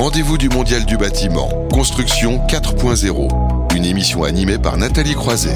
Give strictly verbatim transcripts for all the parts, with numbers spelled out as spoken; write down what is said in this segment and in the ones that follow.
rendez-vous du Mondial du bâtiment, Construction quatre point zéro. Une émission animée par Nathalie Croiset.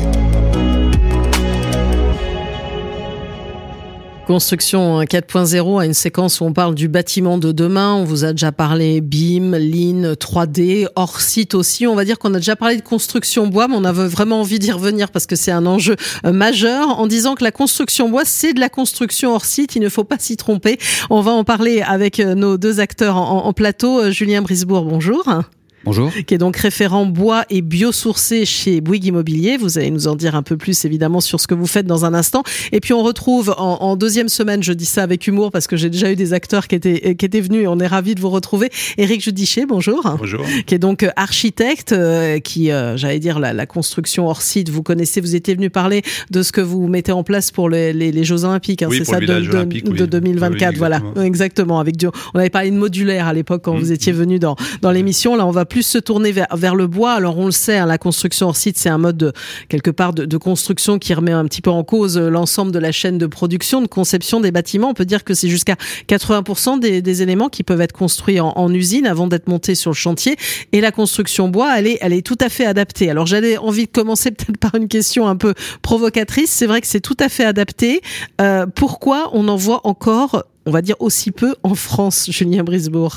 Construction quatre point zéro a une séquence où on parle du bâtiment de demain. On vous a déjà parlé B I M, Lean, trois D, hors site aussi. On va dire qu'on a déjà parlé de construction bois, mais on avait vraiment envie d'y revenir parce que c'est un enjeu majeur en disant que la construction bois, c'est de la construction hors site. Il ne faut pas s'y tromper. On va en parler avec nos deux acteurs en, en plateau. Julien Brisebourg, bonjour. Bonjour. Qui est donc référent bois et biosourcé chez Bouygues Immobilier. Vous allez nous en dire un peu plus évidemment sur ce que vous faites dans un instant. Et puis on retrouve en, en deuxième semaine, je dis ça avec humour parce que j'ai déjà eu des acteurs qui étaient, qui étaient venus et on est ravis de vous retrouver. Éric Judiché, bonjour. Bonjour. Qui est donc architecte, euh, qui, euh, j'allais dire, la, la construction hors site, vous connaissez, vous étiez venu parler de ce que vous mettez en place pour les, les, les Jeux Olympiques. Hein, oui, c'est pour ça, le de, village de, olympique, de oui. deux mille vingt-quatre, oui, voilà. Exactement. Avec du, on avait parlé de modulaire à l'époque quand mmh. vous étiez venu dans, dans l'émission. Là, on va plus se tourner vers vers le bois. Alors on le sait, hein, la construction hors site, c'est un mode de, quelque part de, de construction qui remet un petit peu en cause l'ensemble de la chaîne de production, de conception des bâtiments. On peut dire que c'est jusqu'à quatre-vingts pour cent des, des éléments qui peuvent être construits en, en usine avant d'être montés sur le chantier. Et la construction bois, elle est, elle est tout à fait adaptée. Alors j'avais envie de commencer peut-être par une question un peu provocatrice. C'est vrai que c'est tout à fait adapté. Euh, pourquoi on en voit encore, on va dire, aussi peu en France, Julien Brisebourg?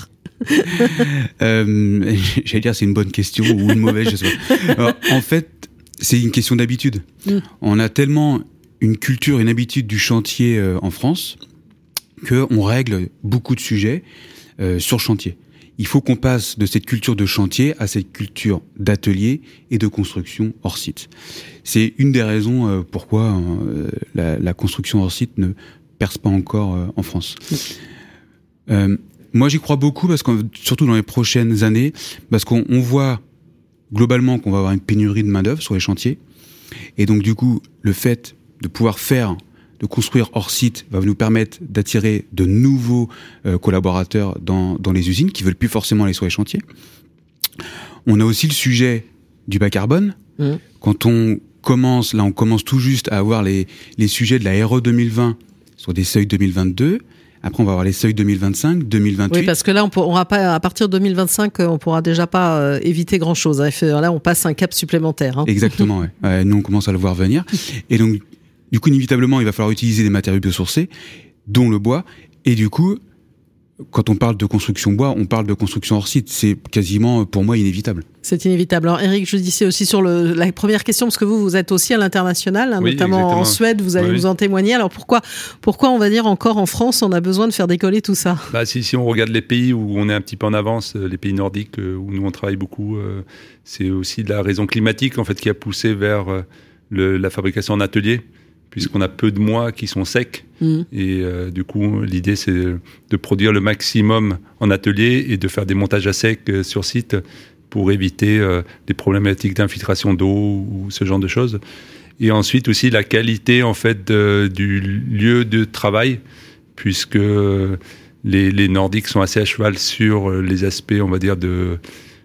euh, j'allais dire c'est une bonne question ou une mauvaise, je sais pas. Alors, en fait, c'est une question d'habitude. Mm. On a tellement une culture, une habitude du chantier euh, en France qu'on règle beaucoup de sujets euh, sur chantier. Il faut qu'on passe de cette culture de chantier à cette culture d'atelier et de construction hors site. C'est une des raisons euh, pourquoi euh, la, la construction hors site ne perce pas encore euh, en France. Mm. Euh, Moi, j'y crois beaucoup parce que, surtout dans les prochaines années, parce qu'on on voit globalement qu'on va avoir une pénurie de main-d'œuvre sur les chantiers. Et donc, du coup, le fait de pouvoir faire, de construire hors site va nous permettre d'attirer de nouveaux euh, collaborateurs dans, dans les usines qui veulent plus forcément aller sur les chantiers. On a aussi le sujet du bas carbone. Mmh. Quand on commence, là, on commence tout juste à avoir les, les sujets de la R E deux mille vingt sur des seuils deux mille vingt-deux. Après, on va avoir les seuils deux mille vingt-cinq, deux mille vingt-huit. Oui, parce que là, on pourra pas, à partir de deux mille vingt-cinq, on pourra déjà pas euh, éviter grand-chose. Hein. Là, on passe un cap supplémentaire. Hein. Exactement, ouais. Euh, nous, on commence à le voir venir. Et donc, du coup, inévitablement, il va falloir utiliser des matériaux biosourcés, dont le bois. Et du coup, quand on parle de construction bois, on parle de construction hors site. C'est quasiment, pour moi, inévitable. C'est inévitable. Alors, Éric, je disais aussi sur le, la première question, parce que vous, vous êtes aussi à l'international, hein, oui, notamment exactement. en Suède, vous allez oui, nous oui. en témoigner. Alors, pourquoi, pourquoi, on va dire, encore en France, on a besoin de faire décoller tout ça? Bah, si, si on regarde les pays où on est un petit peu en avance, les pays nordiques, où nous on travaille beaucoup, euh, c'est aussi de la raison climatique, en fait, qui a poussé vers euh, le, la fabrication en atelier, puisqu'on a peu de mois qui sont secs. Mmh. Et euh, du coup, l'idée, c'est de produire le maximum en atelier et de faire des montages à sec euh, sur site pour éviter euh, des problématiques d'infiltration d'eau ou ce genre de choses. Et ensuite aussi la qualité en fait de, du lieu de travail, puisque les, les Nordiques sont assez à cheval sur les aspects, on va dire, de euh,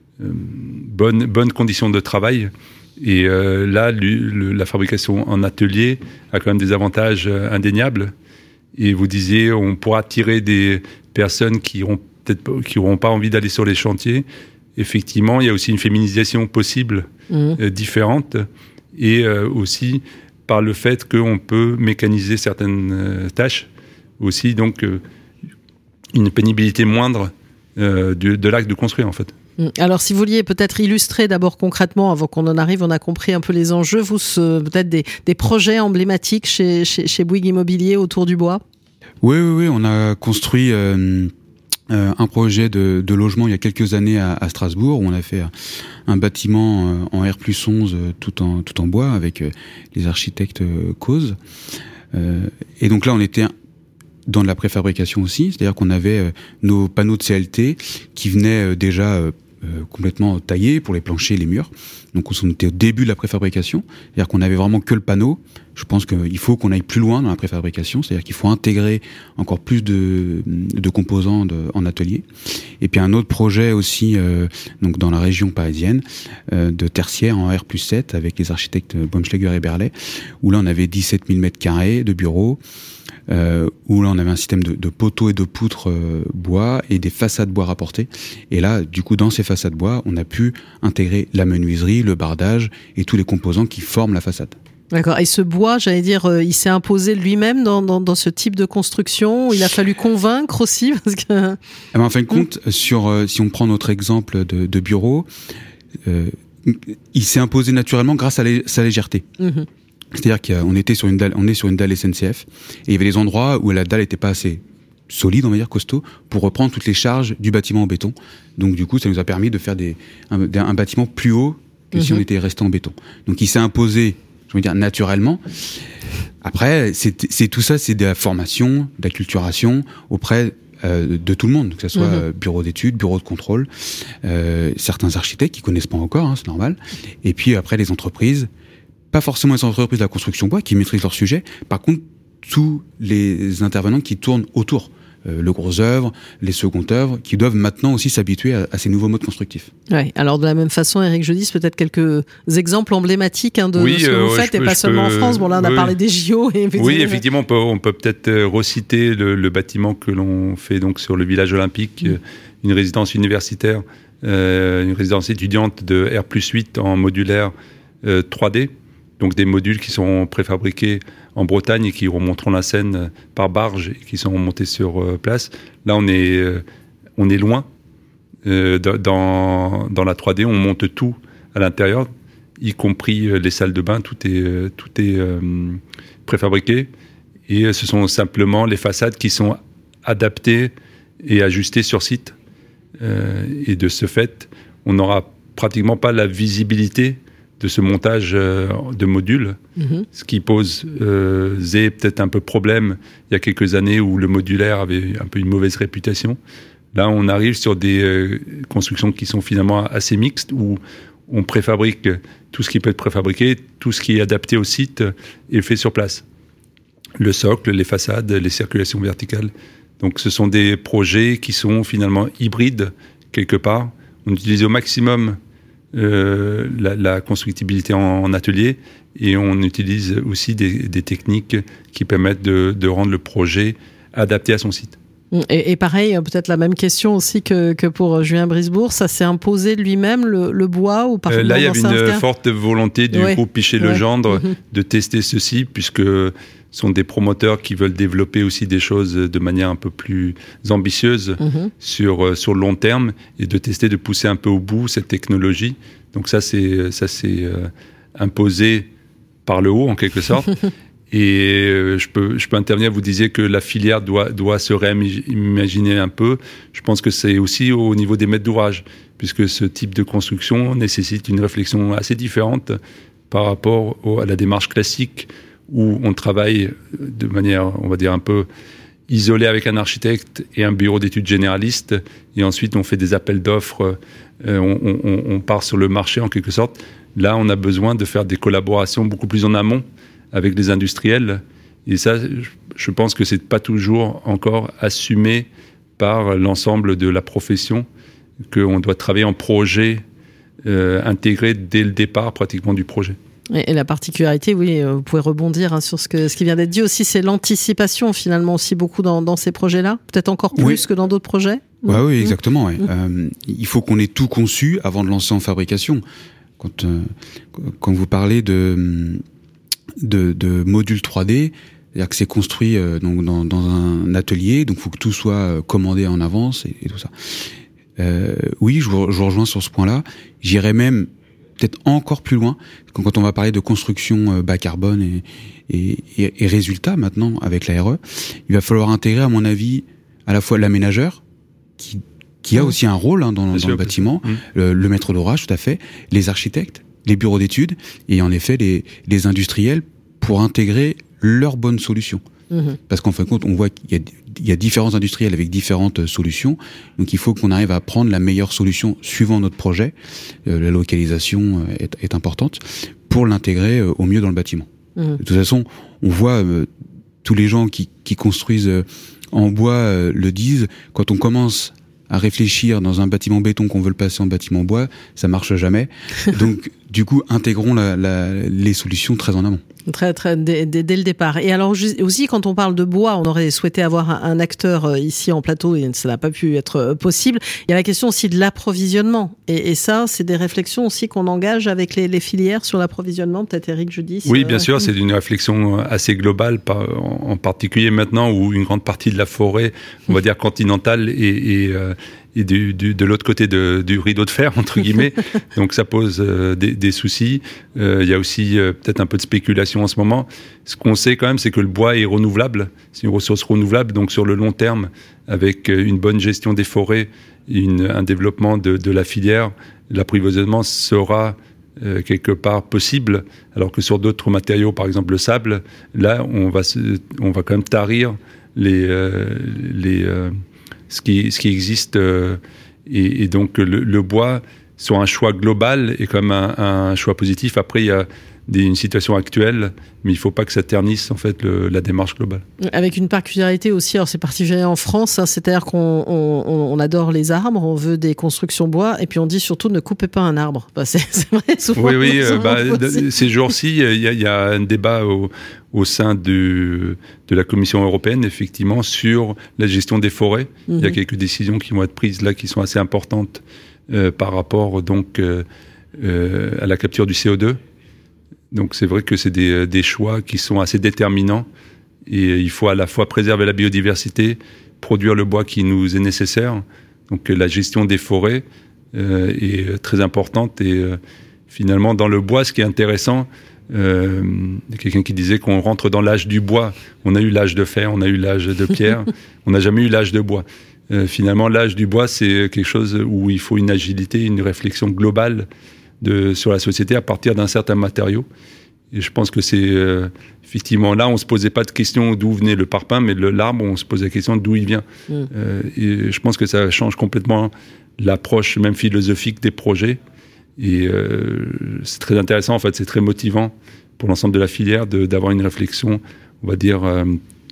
bonnes bonnes conditions de travail. Et euh, là, le, le, la fabrication en atelier a quand même des avantages indéniables. Et vous disiez, on pourra attirer des personnes qui n'auront peut-être qui auront pas envie d'aller sur les chantiers. Effectivement, il y a aussi une féminisation possible, mmh. euh, différente, et euh, aussi par le fait qu'on peut mécaniser certaines euh, tâches, aussi donc euh, une pénibilité moindre euh, de, de l'acte de construire en fait. Alors, si vous vouliez peut-être illustrer d'abord concrètement, avant qu'on en arrive, on a compris un peu les enjeux, vous, ce, peut-être des, des projets emblématiques chez, chez, chez Bouygues Immobilier autour du bois? Oui, oui, oui, on a construit euh, euh, un projet de, de logement il y a quelques années à, à Strasbourg, où on a fait un bâtiment euh, en R plus onze euh, tout, en, tout en bois avec euh, les architectes euh, Cause. Euh, et donc là, on était dans de la préfabrication aussi, c'est-à-dire qu'on avait euh, nos panneaux de C L T qui venaient euh, déjà euh, euh, complètement taillés pour les planchers et les murs. Donc on était au début de la préfabrication, c'est-à-dire qu'on avait vraiment que le panneau. Je pense qu'il faut qu'on aille plus loin dans la préfabrication, c'est-à-dire qu'il faut intégrer encore plus de, de composants de, en atelier. Et puis un autre projet aussi, euh, donc dans la région parisienne, euh, de tertiaire en R plus sept avec les architectes Bonschläger et Berlet, où là on avait dix-sept mille mètres carrés de bureaux, euh, où là on avait un système de, de poteaux et de poutres euh, bois et des façades bois rapportées. Et là, du coup, dans ces façades bois, on a pu intégrer la menuiserie, le bardage et tous les composants qui forment la façade. D'accord. Et ce bois, j'allais dire, euh, il s'est imposé lui-même dans, dans, dans ce type de construction. Il a fallu convaincre aussi, parce que. Eh ben, en fin de compte, mmh. sur euh, si on prend notre exemple de, de bureau, euh, il s'est imposé naturellement grâce à lé- sa légèreté. Mmh. C'est-à-dire qu'on était sur une dalle, on est sur une dalle S N C F, et il y avait des endroits où la dalle n'était pas assez solide, on va dire costaud, pour reprendre toutes les charges du bâtiment en béton. Donc du coup, ça nous a permis de faire des, un, un bâtiment plus haut que mmh. si on était resté en béton. Donc il s'est imposé, je veux dire, naturellement. Après, c'est, c'est tout ça, c'est de la formation, de la culturation auprès euh, de tout le monde, que ce soit mmh. bureau d'études, bureau de contrôle, euh, certains architectes qui connaissent pas encore, hein, c'est normal. Et puis après, les entreprises, pas forcément les entreprises de la construction bois qui maîtrisent leur sujet, par contre, tous les intervenants qui tournent autour. Euh, le gros œuvre, les secondes œuvres, qui doivent maintenant aussi s'habituer à, à ces nouveaux modes constructifs. Ouais. Alors de la même façon, Éric Jeudis, peut-être quelques exemples emblématiques hein, de oui, ce que vous euh, faites, et peux, pas seulement peux, en France. Bon là, on oui. a parlé des J O. Et oui, effectivement, on peut, on peut peut-être reciter le, le bâtiment que l'on fait donc sur le village olympique, mmh. une résidence universitaire, euh, une résidence étudiante de R plus huit en modulaire euh, trois D. Donc des modules qui sont préfabriqués en Bretagne et qui remonteront la Seine par barge et qui sont remontés sur place. Là, on est, on est loin. Euh, dans, dans la trois D, on monte tout à l'intérieur, y compris les salles de bain. Tout est, tout est euh, préfabriqué. Et ce sont simplement les façades qui sont adaptées et ajustées sur site. Euh, et de ce fait, on n'aura pratiquement pas la visibilité de ce montage de modules, mmh. ce qui pose euh, peut-être un peu problème il y a quelques années où le modulaire avait un peu une mauvaise réputation. Là, on arrive sur des euh, constructions qui sont finalement assez mixtes, où on préfabrique tout ce qui peut être préfabriqué, tout ce qui est adapté au site est fait sur place. Le socle, les façades, les circulations verticales. Donc ce sont des projets qui sont finalement hybrides quelque part. On utilise au maximum Euh, la, la constructibilité en, en atelier, et on utilise aussi des, des techniques qui permettent de, de rendre le projet adapté à son site. Et, et pareil, peut-être la même question aussi que, que pour Julien Brisebourg, ça s'est imposé de lui-même le, le bois ou par euh, Là, il y avait une forte volonté du ouais. groupe Pichet-Legendre ouais. de tester ceci, puisque ce sont des promoteurs qui veulent développer aussi des choses de manière un peu plus ambitieuse mmh. sur, sur le long terme, et de tester, de pousser un peu au bout cette technologie. Donc ça, c'est, ça s'est euh, imposé par le haut, en quelque sorte. Et euh, je peux, je peux intervenir, vous disiez que la filière doit, doit se réimaginer un peu. Je pense que c'est aussi au niveau des maîtres d'ouvrage, puisque ce type de construction nécessite une réflexion assez différente par rapport au, à la démarche classique, où on travaille de manière, on va dire, un peu isolée avec un architecte et un bureau d'études généraliste, et ensuite on fait des appels d'offres, euh, on, on, on part sur le marché en quelque sorte. Là, on a besoin de faire des collaborations beaucoup plus en amont avec les industriels, et ça, je pense que c'est pas toujours encore assumé par l'ensemble de la profession, qu'on doit travailler en projet euh, intégré dès le départ pratiquement du projet. Et la particularité, oui, vous pouvez rebondir hein, sur ce, que, ce qui vient d'être dit aussi, c'est l'anticipation finalement aussi beaucoup dans, dans ces projets-là, peut-être encore plus oui. que dans d'autres projets. Ouais, mmh. Oui, exactement. Ouais. Mmh. Euh, il faut qu'on ait tout conçu avant de lancer en fabrication. Quand, euh, quand vous parlez de, de, de modules trois D, c'est-à-dire que c'est construit euh, donc dans, dans un atelier, donc il faut que tout soit commandé en avance et, et tout ça. Euh, oui, je vous, je vous rejoins sur ce point-là. J'irais même peut-être encore plus loin, quand on va parler de construction bas carbone et, et, et, et résultats maintenant avec la R E, il va falloir intégrer, à mon avis, à la fois l'aménageur, qui, qui a mmh. aussi un rôle hein, dans, dans sûr, le bâtiment, mmh. le, le maître d'ouvrage, tout à fait, les architectes, les bureaux d'études, et en effet les, les industriels, pour intégrer leurs bonnes solutions. Mmh. Parce qu'en fin de compte, on voit qu'il y a, il y a différents industriels avec différentes solutions. Donc il faut qu'on arrive à prendre la meilleure solution suivant notre projet. Euh, la localisation est, est importante pour l'intégrer euh, au mieux dans le bâtiment. Mmh. De toute façon, on voit euh, tous les gens qui, qui construisent euh, en bois euh, le disent. Quand on commence à réfléchir dans un bâtiment béton qu'on veut le passer en bâtiment bois, ça marche jamais. Donc, du coup, intégrons la, la, les solutions très en amont. Très, très, dès, dès, dès le départ. Et alors, aussi, quand on parle de bois, on aurait souhaité avoir un, un acteur ici en plateau et ça n'a pas pu être possible. Il y a la question aussi de l'approvisionnement. Et, et ça, c'est des réflexions aussi qu'on engage avec les, les filières sur l'approvisionnement. Peut-être Éric Judis. Oui, bien euh... sûr, c'est une réflexion assez globale, en particulier maintenant où une grande partie de la forêt, on va dire continentale, est, est, et du, du, de l'autre côté de, du rideau de fer, entre guillemets. Donc ça pose euh, des, des soucis. Euh, il y a aussi euh, peut-être un peu de spéculation en ce moment. Ce qu'on sait quand même, c'est que le bois est renouvelable. C'est une ressource renouvelable. Donc sur le long terme, avec une bonne gestion des forêts, une, un développement de, de la filière, l'approvisionnement sera euh, quelque part possible. Alors que sur d'autres matériaux, par exemple le sable, là, on va, se, on va quand même tarir les... Euh, les euh, Ce qui, ce qui existe, euh, et, et donc le, le bois, sur un choix global, est quand même un, un choix positif. Après, il y a des, une situation actuelle, mais il ne faut pas que ça ternisse en fait le, la démarche globale. Avec une particularité aussi, alors c'est particulier en France, hein, c'est-à-dire qu'on on, on adore les arbres, on veut des constructions bois, et puis on dit surtout ne coupez pas un arbre. Bah, c'est, c'est vrai, souvent. Oui, oui. souvent euh, bah, ces jours-ci, il y, y a un débat au, au sein de, de la Commission européenne, effectivement, sur la gestion des forêts. Mm-hmm. Il y a quelques décisions qui vont être prises là, qui sont assez importantes euh, par rapport donc euh, euh, à la capture du C O deux. Donc c'est vrai que c'est des, des choix qui sont assez déterminants et il faut à la fois préserver la biodiversité, produire le bois qui nous est nécessaire. Donc la gestion des forêts euh, est très importante et euh, finalement dans le bois, ce qui est intéressant, euh, il y a quelqu'un qui disait qu'on rentre dans l'âge du bois. On a eu l'âge de fer, on a eu l'âge de pierre, on n'a jamais eu l'âge de bois. Euh, finalement l'âge du bois, c'est quelque chose où il faut une agilité, une réflexion globale De, sur la société à partir d'un certain matériau. Et je pense que c'est euh, effectivement là, on ne se posait pas de question d'où venait le parpaing, mais le, l'arbre, on se posait la question d'où il vient. Mmh. Euh, et je pense que ça change complètement l'approche même philosophique des projets. Et euh, c'est très intéressant, en fait, c'est très motivant pour l'ensemble de la filière de, d'avoir une réflexion, on va dire, euh,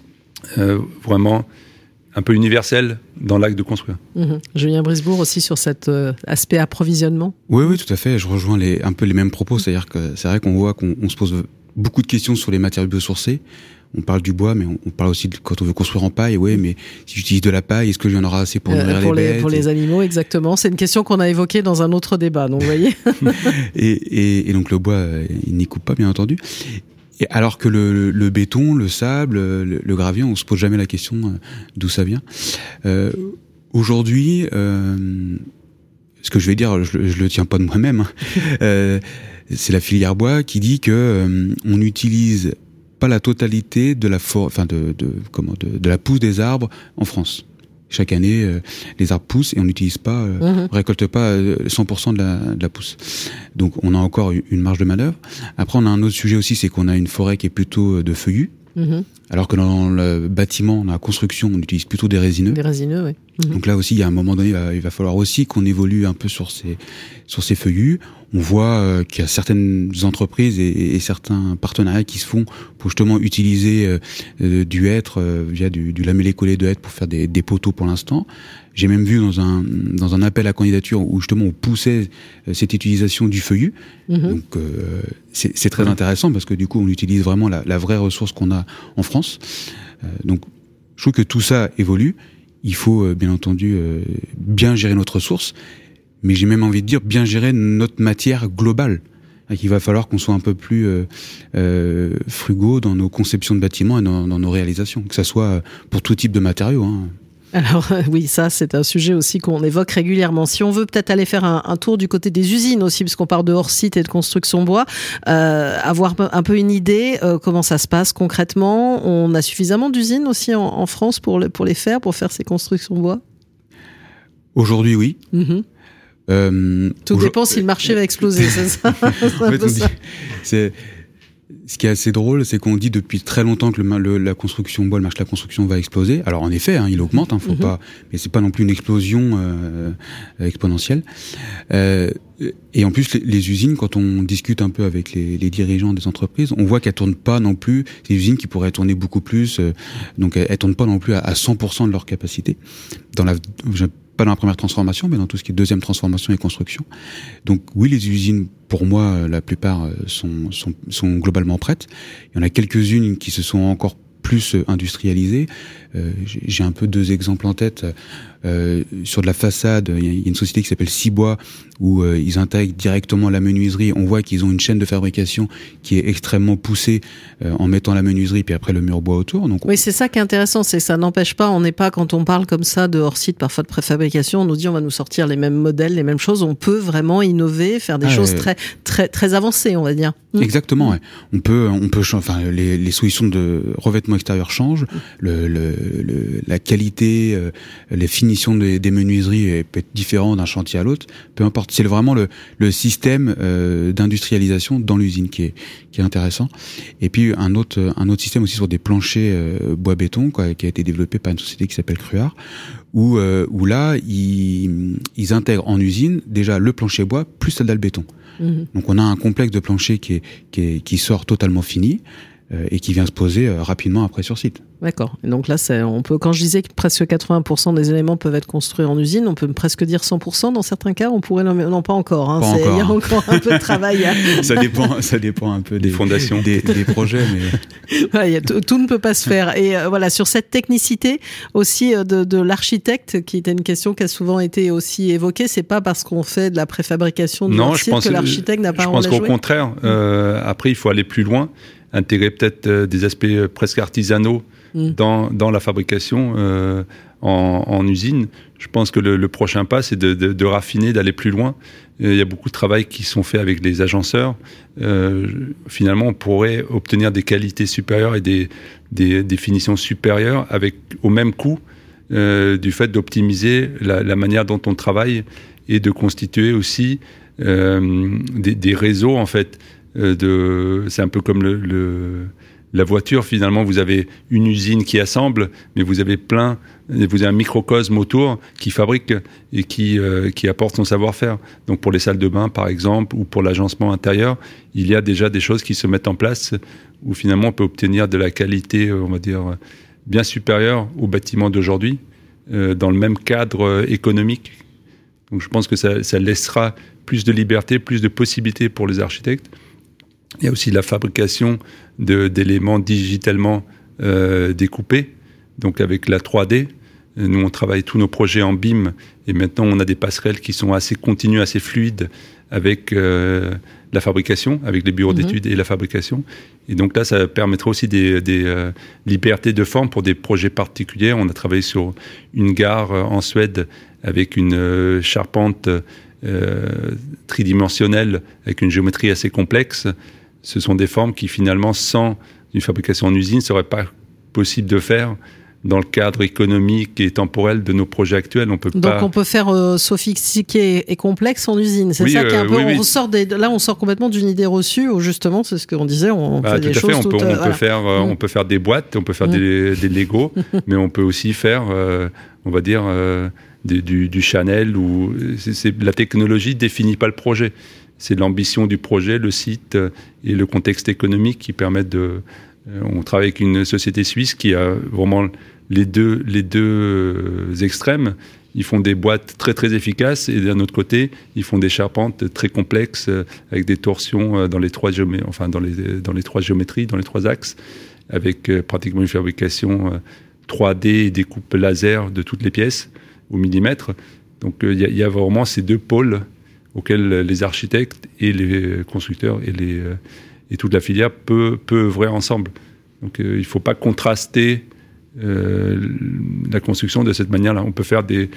euh, vraiment un peu universel dans l'acte de construire. Mmh. Julien Brisebourg aussi sur cet euh, aspect approvisionnement. Oui, oui, tout à fait. Je rejoins les, un peu les mêmes propos. C'est-à-dire que c'est vrai qu'on voit qu'on on se pose beaucoup de questions sur les matériaux biosourcés. On parle du bois, mais on, on parle aussi de quand on veut construire en paille. Oui, mais si j'utilise de la paille, est-ce que j'en aurai assez pour nourrir euh, pour les, les bêtes Pour les animaux, exactement. C'est une question qu'on a évoquée dans un autre débat. Donc, vous voyez. et, et, et donc le bois, il n'y coupe pas, bien entendu. Et alors que le, le, le béton, le sable, le, le gravier, on se pose jamais la question euh, d'où ça vient. Euh, aujourd'hui, euh, ce que je vais dire, je, je le tiens pas de moi-même. Hein. euh, c'est la filière bois qui dit que euh, on n'utilise pas la totalité de la for- enfin de, de comment de, de la pousse des arbres en France. Chaque année, euh, les arbres poussent et on n'utilise pas, euh, mmh. on récolte pas euh, cent pour cent de la, de la pousse. Donc, on a encore une marge de manœuvre. Après, on a un autre sujet aussi, c'est qu'on a une forêt qui est plutôt de feuillus, mmh. alors que dans le bâtiment, dans la construction, on utilise plutôt des résineux. Des résineux, oui. Mmh. Donc là aussi, il y a un moment donné, il va, il va falloir aussi qu'on évolue un peu sur ces sur ces feuillus. On voit euh, qu'il y a certaines entreprises et, et certains partenariats qui se font pour justement utiliser euh, euh, du hêtre euh, via du, du lamellé-collé de hêtre pour faire des, des poteaux pour l'instant. J'ai même vu dans un dans un appel à candidature où justement on poussait euh, cette utilisation du feuillu. Mmh. Donc euh, c'est, c'est très mmh. intéressant parce que du coup on utilise vraiment la, la vraie ressource qu'on a en France. Euh, donc je trouve que tout ça évolue. Il faut euh, bien entendu euh, bien gérer notre ressource. Mais j'ai même envie de dire bien gérer notre matière globale. Il va falloir qu'on soit un peu plus euh, euh, frugaux dans nos conceptions de bâtiments et dans, dans nos réalisations, que ça soit pour tout type de matériaux. Hein. Alors euh, oui, ça c'est un sujet aussi qu'on évoque régulièrement. Si on veut peut-être aller faire un, un tour du côté des usines aussi, parce qu'on parle de hors-site et de construction bois, euh, avoir un peu une idée euh, comment ça se passe concrètement. On a suffisamment d'usines aussi en, en France pour, le, pour les faire, pour faire ces constructions bois ? Aujourd'hui, oui. Mm-hmm. Euh, Tout dépend si le marché va exploser, c'est ça. C'est en fait, dit, c'est, ce qui est assez drôle, c'est qu'on dit depuis très longtemps que le, le, la construction bois, le marché de la construction va exploser. Alors en effet, hein, il augmente, hein, faut mm-hmm. pas, mais c'est pas non plus une explosion euh, exponentielle. Euh, et en plus, les, les usines, quand on discute un peu avec les, les dirigeants des entreprises, on voit qu'elles tournent pas non plus. C'est des usines qui pourraient tourner beaucoup plus, euh, donc elles, elles tournent pas non plus à, à cent pour cent de leur capacité. Dans la, pas dans la première transformation, mais dans tout ce qui est deuxième transformation et construction. Donc oui, les usines, pour moi, la plupart sont, sont, sont globalement prêtes. Il y en a quelques-unes qui se sont encore plus industrialisées. Euh, j'ai un peu deux exemples en tête. Euh, sur de la façade, il y a une société qui s'appelle Cibois, où euh, ils intègrent directement la menuiserie. On voit qu'ils ont une chaîne de fabrication qui est extrêmement poussée euh, en mettant la menuiserie puis après le mur bois autour. Donc, oui, c'est ça qui est intéressant, c'est que ça n'empêche pas, on n'est pas, quand on parle comme ça de hors-site, parfois de préfabrication, on nous dit on va nous sortir les mêmes modèles, les mêmes choses. On peut vraiment innover, faire des ah, choses euh... très, très, très avancées, on va dire. Exactement. Mmh. Ouais. On peut, on peut, enfin, les, les solutions de revêtement extérieur changent, le, le, le, la qualité, euh, les finitions des, des menuiseries peut être différent d'un chantier à l'autre. Peu importe. C'est vraiment le, le système euh, d'industrialisation dans l'usine qui est, qui est intéressant. Et puis un autre, un autre système aussi sur des planchers euh, bois-béton, quoi, qui a été développé par une société qui s'appelle Cruard, où, euh, où là ils, ils intègrent en usine déjà le plancher bois plus la dalle béton. Mmh. Donc on a un complexe de plancher qui est, qui est, qui sort totalement fini euh, et qui vient se poser euh, rapidement après sur site. D'accord. Et donc là, c'est, on peut, quand je disais que presque quatre-vingts pour cent des éléments peuvent être construits en usine, on peut presque dire cent pour cent dans certains cas. On pourrait, non, pas encore. Hein, pas c'est, encore. Il y a encore un peu de travail. À... ça dépend, ça dépend un peu des, des fondations, des, des projets, mais ouais, y a tout, tout ne peut pas se faire. Et euh, voilà, sur cette technicité aussi euh, de, de l'architecte, qui était une question qui a souvent été aussi évoquée, c'est pas parce qu'on fait de la préfabrication du non, site que l'architecte n'a pas un rôle à jouer. Je pense qu'au contraire, euh, après, il faut aller plus loin, intégrer peut-être euh, des aspects presque artisanaux Dans, dans la fabrication euh, en, en usine. Je pense que le, le prochain pas, c'est de, de, de raffiner, d'aller plus loin. Il y a beaucoup de travail qui sont faits avec les agenceurs. Euh, finalement, on pourrait obtenir des qualités supérieures et des, des, des finitions supérieures avec, au même coût euh, du fait d'optimiser la, la manière dont on travaille et de constituer aussi euh, des, des réseaux, en fait. Euh, de, c'est un peu comme le... le La voiture, finalement, vous avez une usine qui assemble, mais vous avez plein, vous avez un microcosme autour qui fabrique et qui, euh, qui apporte son savoir-faire. Donc pour les salles de bain, par exemple, ou pour l'agencement intérieur, il y a déjà des choses qui se mettent en place où finalement on peut obtenir de la qualité, on va dire, bien supérieure aux bâtiments d'aujourd'hui, euh, dans le même cadre économique. Donc je pense que ça, ça laissera plus de liberté, plus de possibilités pour les architectes. Il y a aussi la fabrication de, d'éléments digitalement euh, découpés, donc avec la trois D. Nous, on travaille tous nos projets en B I M, et maintenant, on a des passerelles qui sont assez continues, assez fluides avec euh, la fabrication, avec les bureaux mmh. d'études et la fabrication. Et donc là, ça permettra aussi des, des euh, libertés de forme pour des projets particuliers. On a travaillé sur une gare euh, en Suède avec une euh, charpente euh, tridimensionnelle, avec une géométrie assez complexe. Ce sont des formes qui, finalement, sans une fabrication en usine, ne seraient pas possibles de faire dans le cadre économique et temporel de nos projets actuels. On peut Donc pas... on peut faire euh, sophistiqué et complexe en usine. C'est oui, ça qui est un peu... Euh, oui, on oui. sort des, là, on sort complètement d'une idée reçue où, justement, c'est ce qu'on disait, on bah, fait des tout à choses fait. On, toutes, peut, on, euh, peut voilà. faire, euh, mmh. on peut faire des boîtes, on peut faire mmh. des, des Lego, mais on peut aussi faire, euh, on va dire, euh, du, du, du Chanel. Ou c'est, c'est, la technologie ne définit pas le projet. C'est l'ambition du projet, le site et le contexte économique qui permettent de... On travaille avec une société suisse qui a vraiment les deux, les deux extrêmes. Ils font des boîtes très très efficaces et d'un autre côté, ils font des charpentes très complexes avec des torsions dans les trois, géomé- enfin, dans les, dans les trois géométries, dans les trois axes, avec pratiquement une fabrication trois D et des coupes laser de toutes les pièces au millimètre. Donc il y, y a vraiment ces deux pôles auxquels les architectes et les constructeurs et, les, et toute la filière peut, peut œuvrer ensemble. Donc euh, il ne faut pas contraster euh, la construction de cette manière-là. On peut faire des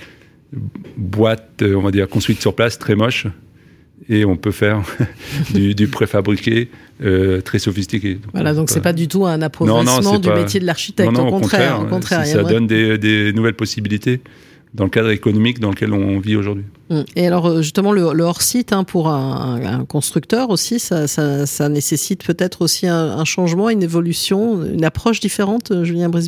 boîtes, on va dire, construites sur place, très moches, et on peut faire du, du préfabriqué euh, très sophistiqué. Donc, voilà, donc pas... c'est pas du tout un appauvrissement non, non, du pas... métier de l'architecte. Non, non, au contraire, au contraire, ça donne des, des nouvelles possibilités dans le cadre économique dans lequel on vit aujourd'hui. Et alors justement le, le hors-site hein, pour un, un constructeur aussi, ça, ça, ça nécessite peut-être aussi un, un changement, une évolution, une approche différente, Julien Brisebourg ?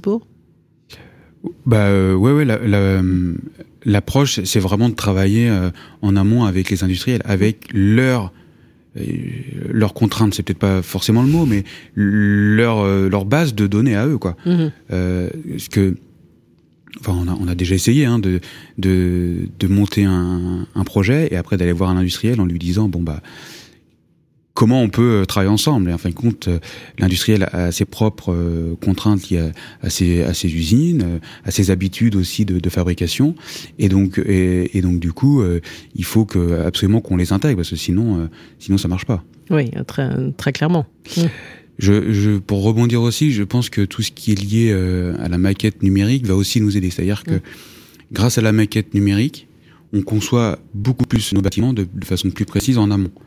Bah euh, ouais ouais la, la, l'approche c'est vraiment de travailler euh, en amont avec les industriels, avec leurs leurs contraintes, c'est peut-être pas forcément le mot, mais leur euh, leur base de données à eux quoi. Mmh. Euh, parce que enfin, on a, on a déjà essayé hein, de, de, de monter un, un projet et après d'aller voir un industriel en lui disant bon bah comment on peut travailler ensemble. Et en fin de compte, l'industriel a ses propres contraintes liées à, à, ses, à ses usines, à ses habitudes aussi de, de fabrication, et donc, et, et donc du coup, il faut que absolument qu'on les intègre parce que sinon, sinon ça marche pas. Oui, très, très clairement. Mmh. Je, je, pour rebondir aussi, je pense que tout ce qui est lié euh, à la maquette numérique va aussi nous aider. C'est-à-dire que mmh. grâce à la maquette numérique, on conçoit beaucoup plus nos bâtiments de, de façon plus précise en amont.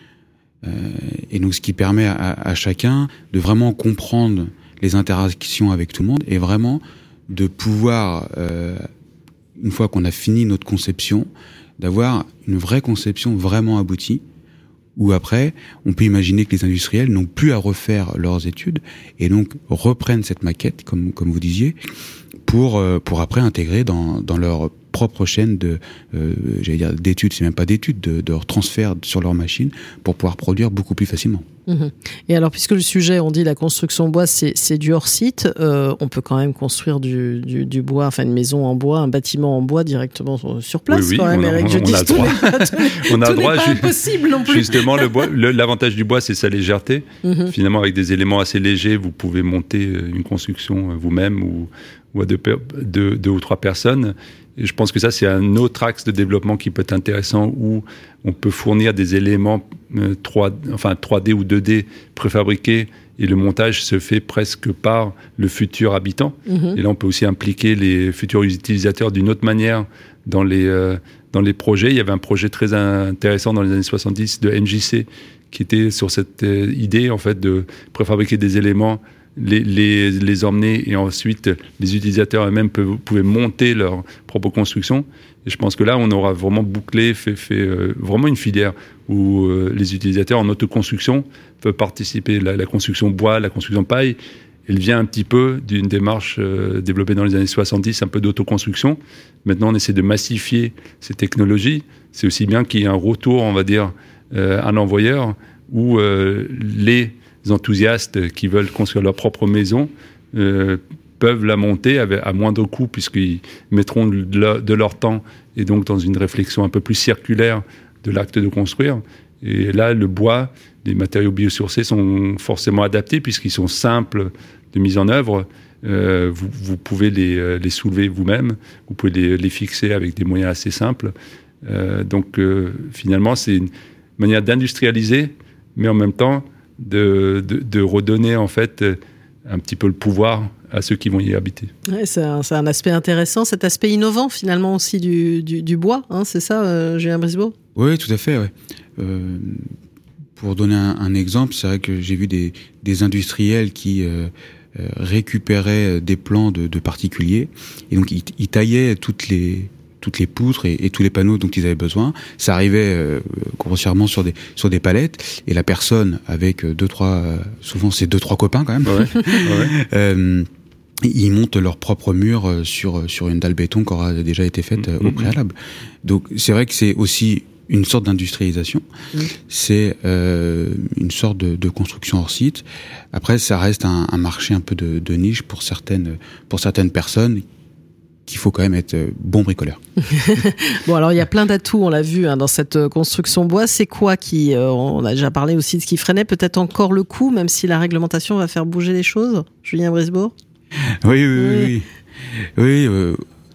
Euh, et donc, ce qui permet à, à chacun de vraiment comprendre les interactions avec tout le monde et vraiment de pouvoir, euh, une fois qu'on a fini notre conception, d'avoir une vraie conception vraiment aboutie. Où après, on peut imaginer que les industriels n'ont plus à refaire leurs études et donc reprennent cette maquette, comme comme vous disiez, pour euh, pour après intégrer dans dans leur propre chaîne de, euh, j'allais dire d'études, c'est même pas d'études, de, de transfert sur leur machine pour pouvoir produire beaucoup plus facilement. Mmh. Et alors, puisque le sujet, on dit la construction bois, c'est, c'est du hors-site, euh, on peut quand même construire du, du, du bois, enfin une maison en bois, un bâtiment en bois directement sur place, oui, oui, quand même, on a, Eric. on, Je on dis a tout droit. n'est pas, tout n'est, on a tout droit, n'est pas impossible non plus. Justement, le bois, le, l'avantage du bois, c'est sa légèreté. Mmh. Finalement, avec des éléments assez légers, vous pouvez monter une construction vous-même ou, ou à deux, deux, deux ou trois personnes. Et je pense que ça, c'est un autre axe de développement qui peut être intéressant où on peut fournir des éléments euh, trois, enfin trois D ou deux D préfabriqués et le montage se fait presque par le futur habitant. Mmh. Et là, on peut aussi impliquer les futurs utilisateurs d'une autre manière dans les, euh, dans les projets. Il y avait un projet très intéressant dans les années soixante-dix de N J C qui était sur cette euh, idée en fait, de préfabriquer des éléments, Les, les, les emmener et ensuite les utilisateurs eux-mêmes peuvent, pouvaient monter leur propre construction. Et je pense que là, on aura vraiment bouclé, fait, fait euh, vraiment une filière où euh, les utilisateurs en autoconstruction peuvent participer. La, la construction bois, la construction paille, elle vient un petit peu d'une démarche euh, développée dans les années soixante-dix, un peu d'autoconstruction. Maintenant, on essaie de massifier ces technologies. C'est aussi bien qu'il y ait un retour, on va dire, euh, à l'envoyeur où euh, les enthousiastes qui veulent construire leur propre maison euh, peuvent la monter avec, à moindre coût puisqu'ils mettront de, la, de leur temps et donc dans une réflexion un peu plus circulaire de l'acte de construire. Et là, le bois, les matériaux biosourcés sont forcément adaptés puisqu'ils sont simples de mise en œuvre. Euh, vous, vous pouvez les, les soulever vous-même, vous pouvez les, les fixer avec des moyens assez simples. Euh, donc euh, finalement, c'est une manière d'industrialiser, mais en même temps De, de, de redonner en fait un petit peu le pouvoir à ceux qui vont y habiter. Ouais, c'est, un, c'est un aspect intéressant, cet aspect innovant finalement aussi du, du, du bois, hein, c'est ça, euh, Julien Brisebourg ? Oui, tout à fait. Ouais. Euh, pour donner un, un exemple, c'est vrai que j'ai vu des, des industriels qui euh, euh, récupéraient des plans de, de particuliers et donc ils, ils taillaient toutes les toutes les poutres et, et tous les panneaux dont ils avaient besoin. Ça arrivait euh, grossièrement sur des sur des palettes et la personne avec deux trois euh, souvent c'est deux trois copains quand même. Ouais, ouais. euh, ils montent leur propre mur sur sur une dalle béton qui aura déjà été faite mmh, au préalable. Donc c'est vrai que c'est aussi une sorte d'industrialisation. Mmh. C'est euh, une sorte de, de construction hors site. Après ça reste un, un marché un peu de, de niche pour certaines pour certaines personnes qu'il faut quand même être bon bricoleur. Bon, alors il y a plein d'atouts, on l'a vu hein, dans cette construction bois. C'est quoi qui, euh, on a déjà parlé aussi de ce qui freinait, peut-être encore le coût, même si la réglementation va faire bouger les choses. Julien Brisebourg ? Oui, oui, oui. Oui, oui euh,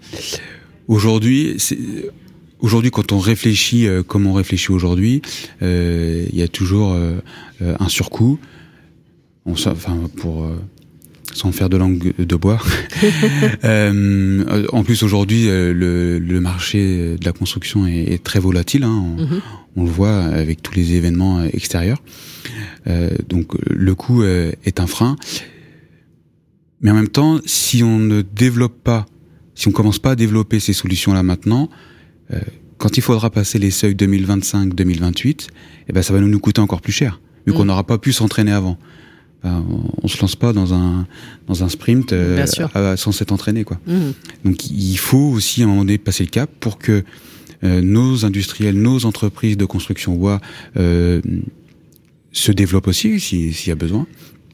aujourd'hui, c'est, aujourd'hui, quand on réfléchit euh, comme on réfléchit aujourd'hui, euh, il y a toujours euh, un surcoût. On, enfin, pour... Euh, sans faire de langue de bois. euh, en plus, aujourd'hui, le, le marché de la construction est, est très volatile. Hein. On, mm-hmm. on le voit avec tous les événements extérieurs. Euh, donc, le coût est un frein. Mais en même temps, si on ne développe pas, si on commence pas à développer ces solutions-là maintenant, euh, quand il faudra passer les seuils deux mille vingt-cinq deux mille vingt-huit, eh ben, ça va nous coûter encore plus cher, vu mm. qu'on n'aura pas pu s'entraîner avant. Enfin, on se lance pas dans un dans un sprint euh, à, sans s'être entraîné quoi. Mmh. Donc il faut aussi à un moment donné passer le cap pour que euh, nos industriels, nos entreprises de construction bois euh, se développent aussi si, s'il y a besoin.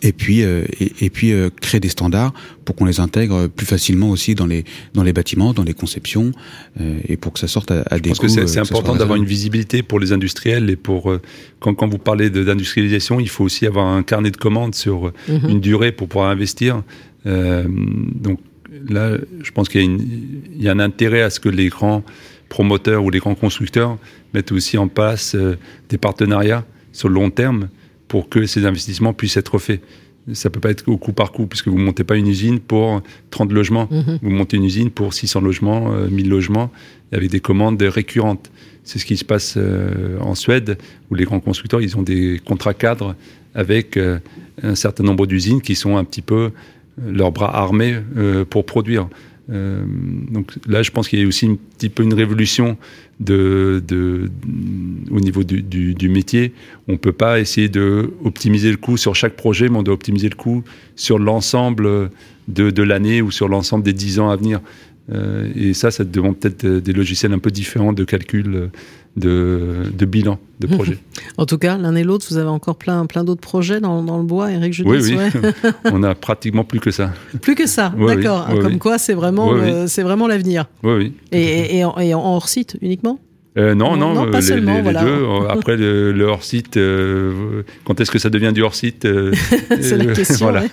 Et puis, euh, et, et puis euh, créer des standards pour qu'on les intègre plus facilement aussi dans les dans les bâtiments, dans les conceptions, euh, et pour que ça sorte à, à des coûts. Je pense que c'est, c'est important d'avoir une visibilité pour les industriels et pour euh, quand quand vous parlez de, d'industrialisation, il faut aussi avoir un carnet de commandes sur mm-hmm. une durée pour pouvoir investir. Euh, donc là, je pense qu'il y a, une, il y a un intérêt à ce que les grands promoteurs ou les grands constructeurs mettent aussi en place euh, des partenariats sur le long terme, pour que ces investissements puissent être faits. Ça ne peut pas être au coup par coup, puisque vous ne montez pas une usine pour trente logements. Mmh. Vous montez une usine pour six cents logements, euh, mille logements, avec des commandes récurrentes. C'est ce qui se passe euh, en Suède, où les grands constructeurs, ils ont des contrats cadres avec euh, un certain nombre d'usines qui sont un petit peu euh, leurs bras armés euh, pour produire. Euh, donc là, je pense qu'il y a aussi un petit peu une révolution de, de, au niveau du, du, du métier. On ne peut pas essayer d'optimiser le coût sur chaque projet, mais on doit optimiser le coût sur l'ensemble de, de l'année ou sur l'ensemble des dix ans à venir. Euh, et ça, ça demande peut-être des logiciels un peu différents de calcul de, de bilan de projet. En tout cas, l'un et l'autre, vous avez encore plein, plein d'autres projets dans, dans le bois, Éric Judice. Oui, oui. Ouais. On a pratiquement plus que ça. Plus que ça, oui, d'accord. Oui, Comme oui. quoi, c'est vraiment, oui, le, c'est vraiment l'avenir. Oui, oui. Et, et, et, en, et en hors-site uniquement Euh, non, non, non, pas les, seulement, les, voilà. les deux. Après, le, le hors-site, euh, quand est-ce que ça devient du hors-site euh, C'est euh, la question. Voilà.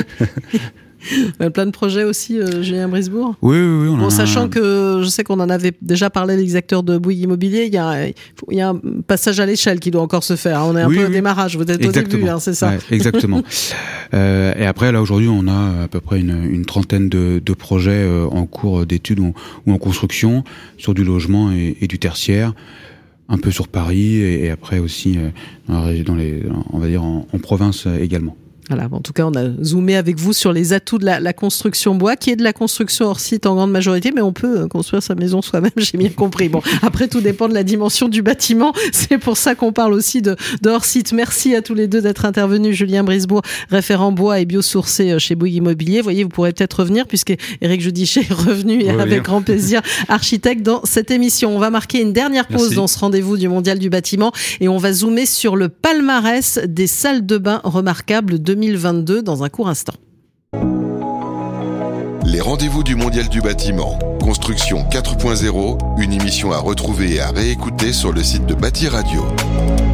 Ouais. Plein de projets aussi, euh, Julien Brisebourg. Oui, oui, oui. On bon, a... sachant que je sais qu'on en avait déjà parlé, les acteurs de Bouygues Immobilier, il y a, il y a un passage à l'échelle qui doit encore se faire. On est un oui, peu oui. au démarrage, vous êtes exactement. au début, hein, c'est ça. Ouais, exactement. euh, et après, là, aujourd'hui, on a à peu près une, une trentaine de, de projets euh, en cours d'études ou, ou en construction sur du logement et, et du tertiaire. Un peu sur Paris et, et après aussi euh, dans, la, dans les, on va dire en, en province euh, également. Voilà, en tout cas, on a zoomé avec vous sur les atouts de la, la construction bois, qui est de la construction hors site en grande majorité, mais on peut construire sa maison soi-même, j'ai bien compris. Bon, après, tout dépend de la dimension du bâtiment. C'est pour ça qu'on parle aussi de, de hors site. Merci à tous les deux d'être intervenus. Julien Brisebourg, référent bois et biosourcé chez Bouygues Immobilier. Vous voyez, vous pourrez peut-être revenir, puisque Éric Judice est revenu et oui, avec oui. grand plaisir, architecte dans cette émission. On va marquer une dernière pause Merci. Dans ce rendez-vous du Mondial du bâtiment et on va zoomer sur le palmarès des salles de bain remarquables deux mille vingt-deux dans un court instant. Les rendez-vous du Mondial du bâtiment. Construction quatre point zéro, une émission à retrouver et à réécouter sur le site de Bâti Radio.